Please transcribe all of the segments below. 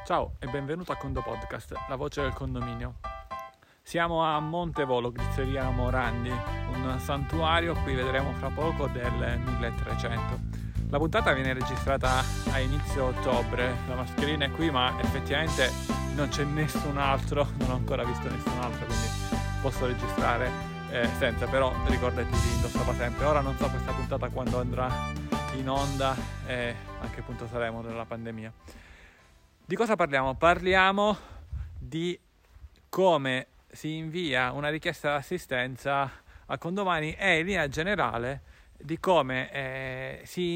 Ciao e benvenuto a Condo Podcast, la voce del condominio. Siamo a Montevolo, Grizzeria Morandi, un santuario, qui vedremo fra poco, del 1300. La puntata viene registrata a inizio ottobre, la mascherina è qui ma effettivamente non c'è nessun altro, non ho ancora visto nessun altro, quindi posso registrare senza, però ricordati di indossarla sempre. Ora non so questa puntata quando andrà in onda e a che punto saremo nella pandemia. Di cosa parliamo? Parliamo di come si invia una richiesta d'assistenza a condomini e in linea generale di come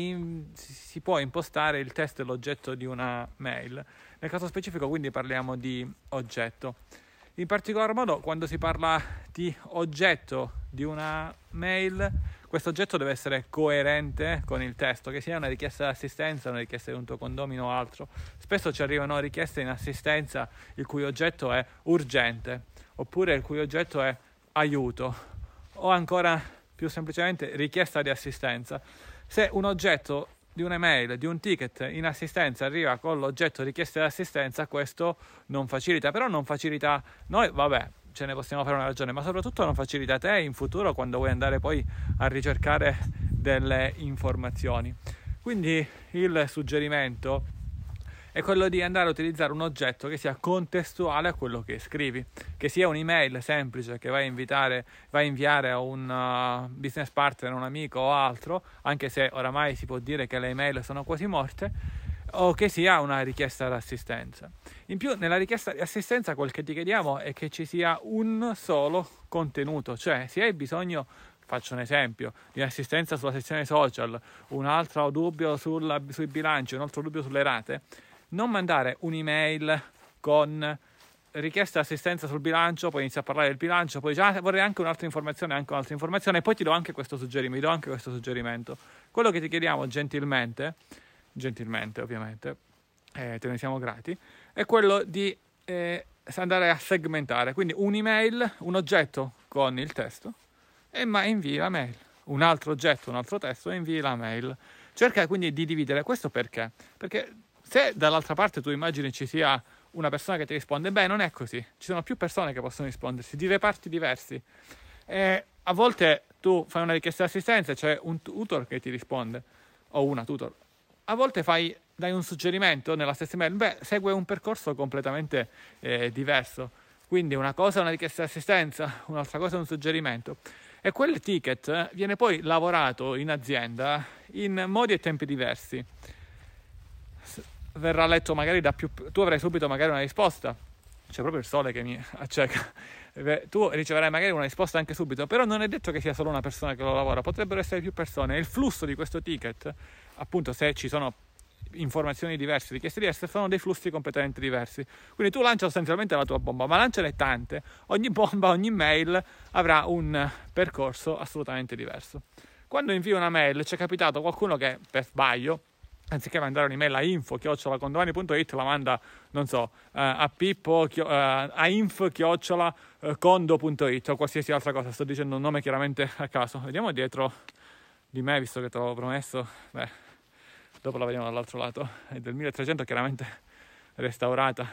si può impostare il testo e l'oggetto di una mail. Nel caso specifico quindi parliamo di oggetto. In particolar modo quando si parla di oggetto di una mail, questo oggetto deve essere coerente con il testo, che sia una richiesta d'assistenza, una richiesta di un tuo condomino o altro. Spesso ci arrivano richieste in assistenza il cui oggetto è urgente, oppure il cui oggetto è aiuto, o ancora più semplicemente richiesta di assistenza. Se un oggetto di un'email, di un ticket in assistenza arriva con l'oggetto richiesta di assistenza, questo non facilita, però non facilita noi, vabbè, ce ne possiamo fare una ragione, ma soprattutto non facilita te in futuro quando vuoi andare poi a ricercare delle informazioni. Quindi il suggerimento è quello di andare a utilizzare un oggetto che sia contestuale a quello che scrivi, che sia un'email semplice che vai a inviare a un business partner, un amico o altro, anche se oramai si può dire che le email sono quasi morte, o che sia una richiesta d'assistenza. In più, nella richiesta di assistenza quel che ti chiediamo è che ci sia un solo contenuto, cioè se hai bisogno, faccio un esempio, di assistenza sulla sezione social, un altro dubbio sui bilanci, un altro dubbio sulle rate, non mandare un'email con richiesta di assistenza sul bilancio, poi inizia a parlare del bilancio, poi già vorrei anche un'altra informazione, e poi ti do anche questo suggerimento. Quello che ti chiediamo gentilmente ovviamente, te ne siamo grati, è quello di andare a segmentare, quindi un'email, un oggetto con il testo ma invii la mail, un altro oggetto, un altro testo e invii la mail. Cerca quindi di dividere questo perché se dall'altra parte tu immagini ci sia una persona che ti risponde, non è così, ci sono più persone che possono rispondersi di reparti diversi e a volte tu fai una richiesta di assistenza e c'è un tutor che ti risponde o una tutor. A volte dai un suggerimento nella stessa email, segue un percorso completamente diverso. Quindi una cosa è una richiesta di assistenza, un'altra cosa è un suggerimento. E quel ticket viene poi lavorato in azienda in modi e tempi diversi. Verrà letto magari tu avrai subito magari una risposta. C'è proprio il sole che mi acceca. Tu riceverai magari una risposta anche subito, però non è detto che sia solo una persona che lo lavora, potrebbero essere più persone. E il flusso di questo ticket, appunto, se ci sono informazioni diverse, richieste diverse, sono dei flussi completamente diversi. Quindi tu lancia sostanzialmente la tua bomba, ma lanciane tante. Ogni bomba, ogni mail avrà un percorso assolutamente diverso. Quando invii una mail, c'è capitato qualcuno che per sbaglio, anziché mandare un'email a info@condomani.it, la manda, non so, a Pippo, a inf@condo.it o qualsiasi altra cosa. Sto dicendo un nome chiaramente a caso. Vediamo dietro di me, visto che te l'avevo promesso. Dopo la vediamo dall'altro lato. È del 1300, chiaramente restaurata.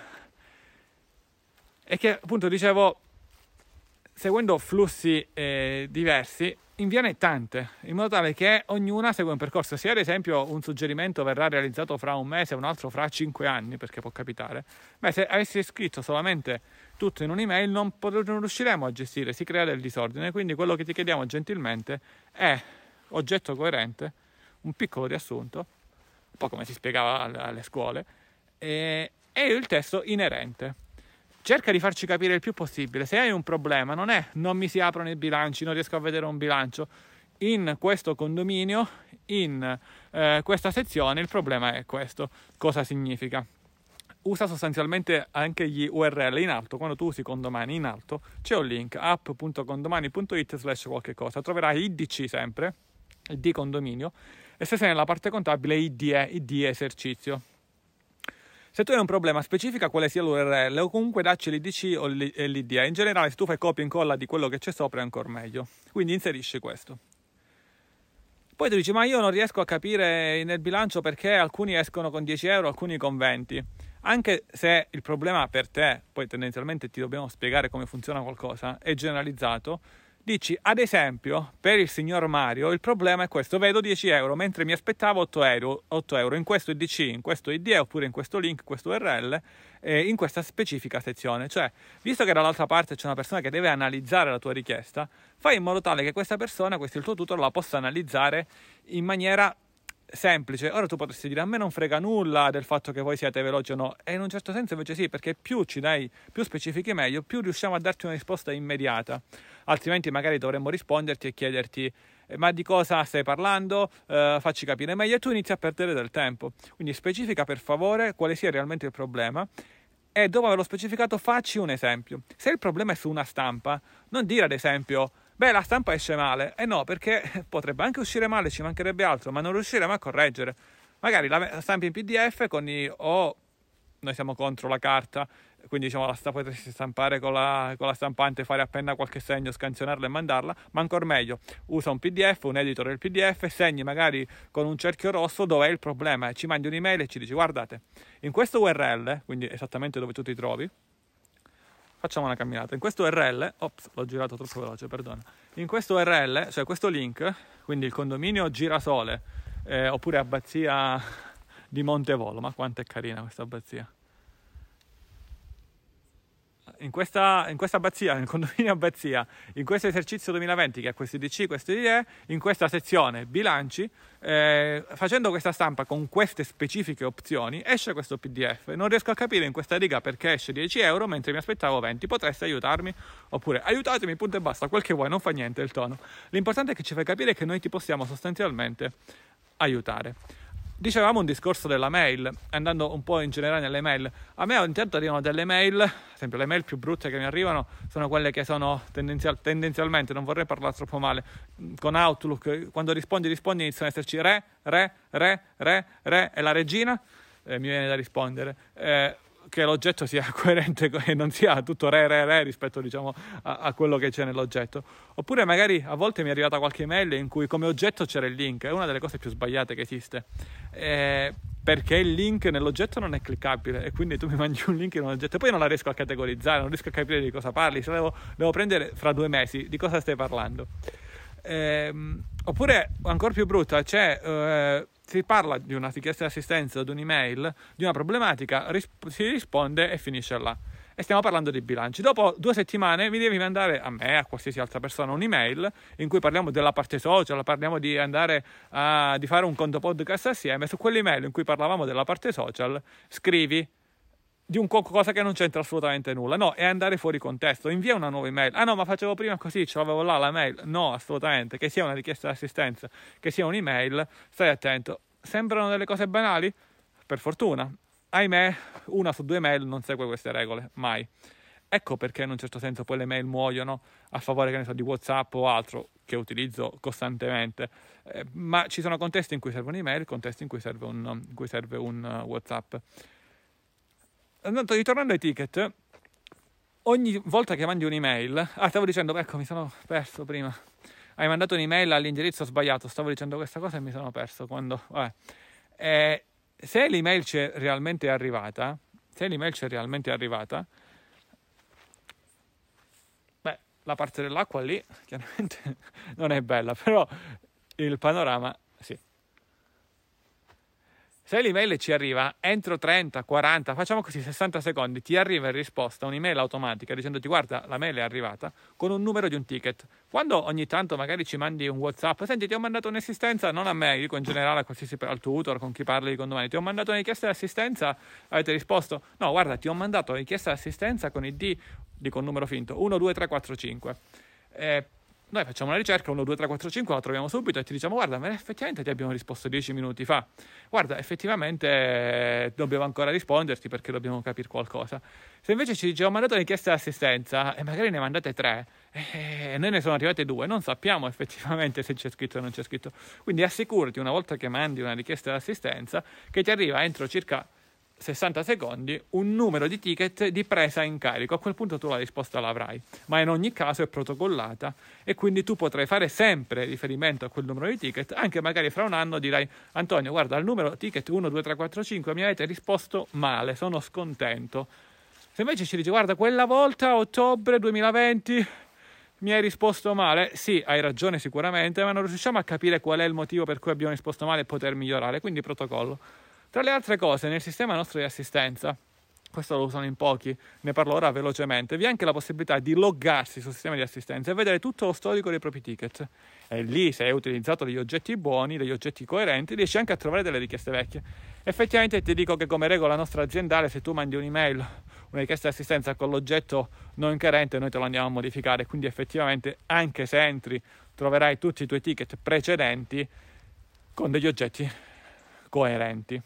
E che appunto dicevo, seguendo flussi diversi, inviane tante, in modo tale che ognuna segue un percorso. Se ad esempio un suggerimento verrà realizzato fra un mese e un altro fra 5 anni, perché può capitare, se avessi scritto solamente tutto in un'email non riusciremo a gestire, si crea del disordine. Quindi quello che ti chiediamo gentilmente è oggetto coerente, un piccolo riassunto, un po' come si spiegava alle scuole, e il testo inerente. Cerca di farci capire il più possibile. Se hai un problema, non mi si aprono i bilanci, non riesco a vedere un bilancio in questo condominio, in questa sezione, il problema è questo. Cosa significa? Usa sostanzialmente anche gli URL in alto. Quando tu usi condomani in alto c'è un link app.condomani.it/qualche cosa, troverai IDC sempre, ID condominio, e se sei nella parte contabile ID esercizio. Se tu hai un problema, specifica quale sia l'URL o comunque dacci l'IDC o l'IDE. In generale, se tu fai copia e incolla di quello che c'è sopra è ancora meglio. Quindi inserisci questo. Poi tu dici, ma io non riesco a capire nel bilancio perché alcuni escono con 10 euro, alcuni con 20. Anche se il problema per te, poi tendenzialmente ti dobbiamo spiegare come funziona qualcosa, è generalizzato, dici ad esempio per il signor Mario il problema è questo: vedo 10 euro mentre mi aspettavo 8 euro in questo IDC, in questo IDE oppure in questo link, questo URL, in questa specifica sezione. Cioè, visto che dall'altra parte c'è una persona che deve analizzare la tua richiesta, fai in modo tale che questa persona, questo il tuo tutor, la possa analizzare in maniera semplice. Ora tu potresti dire: a me non frega nulla del fatto che voi siate veloci o no, e in un certo senso invece sì, perché più ci dai, più specifichi meglio, più riusciamo a darti una risposta immediata. Altrimenti magari dovremmo risponderti e chiederti: ma di cosa stai parlando? Facci capire meglio, e tu inizi a perdere del tempo. Quindi specifica per favore quale sia realmente il problema, e dopo averlo specificato facci un esempio. Se il problema è su una stampa, non dire ad esempio: beh, la stampa esce male. No, perché potrebbe anche uscire male, ci mancherebbe altro, ma non riusciremo a correggere. Magari la stampi in PDF noi siamo contro la carta, quindi diciamo la potresti stampare con la stampante, fare appena qualche segno, scansionarla e mandarla, ma ancora meglio, usa un PDF, un editor del PDF, segni magari con un cerchio rosso dove è il problema e ci mandi un'email e ci dici: guardate, in questo URL, quindi esattamente dove tu ti trovi, facciamo una camminata, in questo URL, ops, l'ho girato troppo veloce, perdona, in questo URL, cioè questo link, quindi il condominio Girasole, oppure Abbazia di Montevolo, ma quanto è carina questa abbazia. In questa abbazia, nel condominio Abbazia, in questo esercizio 2020 che ha questi DC, queste idee, in questa sezione bilanci, facendo questa stampa con queste specifiche opzioni, esce questo PDF. Non riesco a capire in questa riga perché esce 10 euro mentre mi aspettavo 20. Potreste aiutarmi? Oppure aiutatemi, punto e basta, quel che vuoi, non fa niente il tono. L'importante è che ci fai capire che noi ti possiamo sostanzialmente aiutare. Dicevamo un discorso della mail, andando un po' in generale nelle mail. A me intanto arrivano delle mail, ad esempio le mail più brutte che mi arrivano sono quelle che sono tendenzialmente, non vorrei parlare troppo male, con Outlook, quando rispondi iniziano ad esserci re e la regina, mi viene da rispondere, che l'oggetto sia coerente e non sia tutto re rispetto, diciamo, a quello che c'è nell'oggetto. Oppure magari a volte mi è arrivata qualche email in cui come oggetto c'era il link. È una delle cose più sbagliate che esiste, perché il link nell'oggetto non è cliccabile e quindi tu mi mandi un link in un oggetto e poi non la riesco a categorizzare, non riesco a capire di cosa parli, se devo prendere fra 2 mesi di cosa stai parlando. Oppure ancora più brutta, si parla di una richiesta di assistenza o di un'email, di una problematica, si risponde e finisce là. E stiamo parlando di bilanci. Dopo 2 settimane mi devi mandare, a me, a qualsiasi altra persona, un'email in cui parliamo della parte social, parliamo di andare di fare un conto podcast assieme. Su quell'email in cui parlavamo della parte social scrivi di un qualcosa che non c'entra assolutamente nulla. No, è andare fuori contesto. Invia una nuova email. Ah no, ma facevo prima così, ce l'avevo là la mail. No, assolutamente. Che sia una richiesta di assistenza, che sia un'email, stai attento. Sembrano delle cose banali? Per fortuna. Ahimè, 1 su 2 mail non segue queste regole, mai. Ecco perché in un certo senso poi le mail muoiono a favore, che ne so, di WhatsApp o altro che utilizzo costantemente. Ma ci sono contesti in cui serve un'email, contesti in cui serve un WhatsApp. Ritornando ai ticket, ogni volta che mandi un'email, stavo dicendo, ecco, mi sono perso prima. Hai mandato un'email all'indirizzo sbagliato, stavo dicendo questa cosa e mi sono perso se l'email c'è realmente arrivata, beh, la parte dell'acqua lì chiaramente non è bella, però il panorama sì. Se l'email ci arriva entro 30, 40, facciamo così 60 secondi, ti arriva in risposta un'email automatica dicendoti: guarda, la mail è arrivata, con un numero di un ticket. Quando ogni tanto magari ci mandi un WhatsApp: senti, ti ho mandato un'assistenza, non a me, dico in generale a qualsiasi, al tutor con chi parli di condomini, ti ho mandato una richiesta di assistenza, avete risposto: no, guarda, ti ho mandato una richiesta di assistenza con ID, dico un numero finto, 1, 2, 3, 4, 5. Noi facciamo una ricerca, 1, 2, 3, 4, 5, la troviamo subito e ti diciamo: guarda, ma effettivamente ti abbiamo risposto 10 minuti fa. Guarda, effettivamente dobbiamo ancora risponderti perché dobbiamo capire qualcosa. Se invece ci ho mandato una richiesta di assistenza e magari ne mandate 3 e noi ne sono arrivate 2, non sappiamo effettivamente se c'è scritto o non c'è scritto. Quindi assicurati, una volta che mandi una richiesta di assistenza, che ti arriva entro circa 60 secondi un numero di ticket di presa in carico. A quel punto tu la risposta l'avrai, ma in ogni caso è protocollata e quindi tu potrai fare sempre riferimento a quel numero di ticket. Anche magari fra un anno dirai: Antonio, guarda, al numero ticket 1, 2, 3, 4, 5 mi avete risposto male, sono scontento. Se invece ci dici: guarda, quella volta a ottobre 2020 mi hai risposto male, sì, hai ragione sicuramente, ma non riusciamo a capire qual è il motivo per cui abbiamo risposto male e poter migliorare, quindi protocollo. Tra le altre cose, nel sistema nostro di assistenza, questo lo usano in pochi, ne parlo ora velocemente, vi è anche la possibilità di loggarsi sul sistema di assistenza e vedere tutto lo storico dei propri ticket. E lì, se hai utilizzato degli oggetti buoni, degli oggetti coerenti, riesci anche a trovare delle richieste vecchie. Effettivamente ti dico che come regola nostra aziendale, se tu mandi un'email, una richiesta di assistenza con l'oggetto non carente, noi te lo andiamo a modificare, quindi effettivamente anche se entri troverai tutti i tuoi ticket precedenti con degli oggetti coerenti.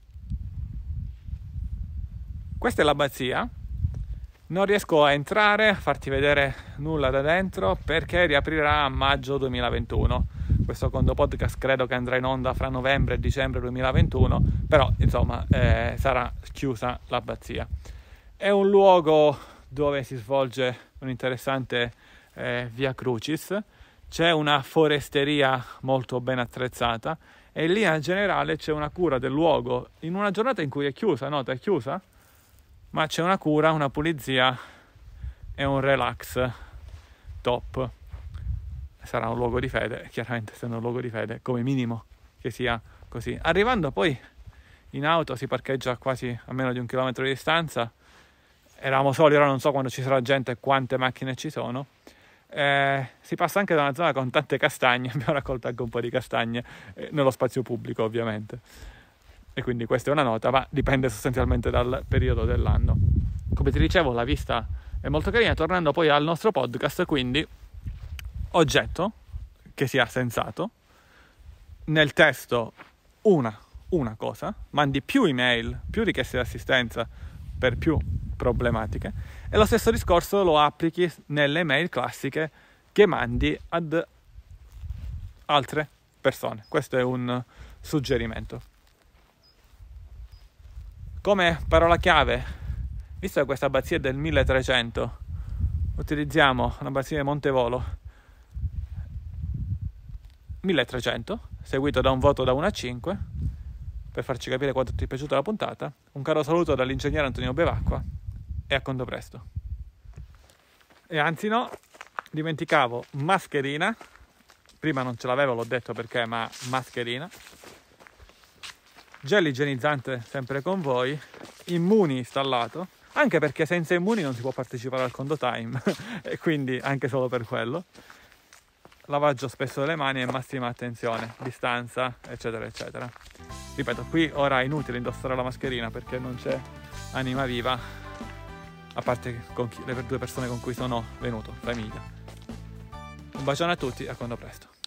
Questa è l'abbazia. Non riesco a entrare, a farti vedere nulla da dentro perché riaprirà a maggio 2021. Questo secondo podcast credo che andrà in onda fra novembre e dicembre 2021, però insomma sarà chiusa l'abbazia. È un luogo dove si svolge un interessante Via Crucis, c'è una foresteria molto ben attrezzata e lì in generale c'è una cura del luogo in una giornata in cui è chiusa, nota, è chiusa? Ma c'è una cura, una pulizia e un relax top. Sarà un luogo di fede, chiaramente essendo un luogo di fede, come minimo che sia così. Arrivando poi in auto si parcheggia quasi a meno di 1 chilometro di distanza. Eravamo soli, ora non so quando ci sarà gente e quante macchine ci sono. Si passa anche da una zona con tante castagne, abbiamo raccolto anche un po' di castagne nello spazio pubblico ovviamente. E quindi questa è una nota, ma dipende sostanzialmente dal periodo dell'anno. Come ti dicevo, la vista è molto carina. Tornando poi al nostro podcast, quindi oggetto che sia sensato, nel testo una cosa, mandi più email, più richieste di assistenza per più problematiche e lo stesso discorso lo applichi nelle mail classiche che mandi ad altre persone. Questo è un suggerimento. Come parola chiave, visto che questa abbazia è del 1300, utilizziamo l'abbazia di Montevolo 1300, seguito da un voto da 1 a 5, per farci capire quanto ti è piaciuta la puntata. Un caro saluto dall'ingegnere Antonio Bevacqua e a conto presto. E anzi no, dimenticavo mascherina, prima non ce l'avevo, l'ho detto perché, ma mascherina. Gel igienizzante sempre con voi, Immuni installato, anche perché senza Immuni non si può partecipare al Condo Time e quindi anche solo per quello. Lavaggio spesso delle mani e massima attenzione, distanza, eccetera eccetera. Ripeto, qui ora è inutile indossare la mascherina perché non c'è anima viva, a parte con le 2 persone con cui sono venuto, famiglia. Un bacione a tutti e a quando presto.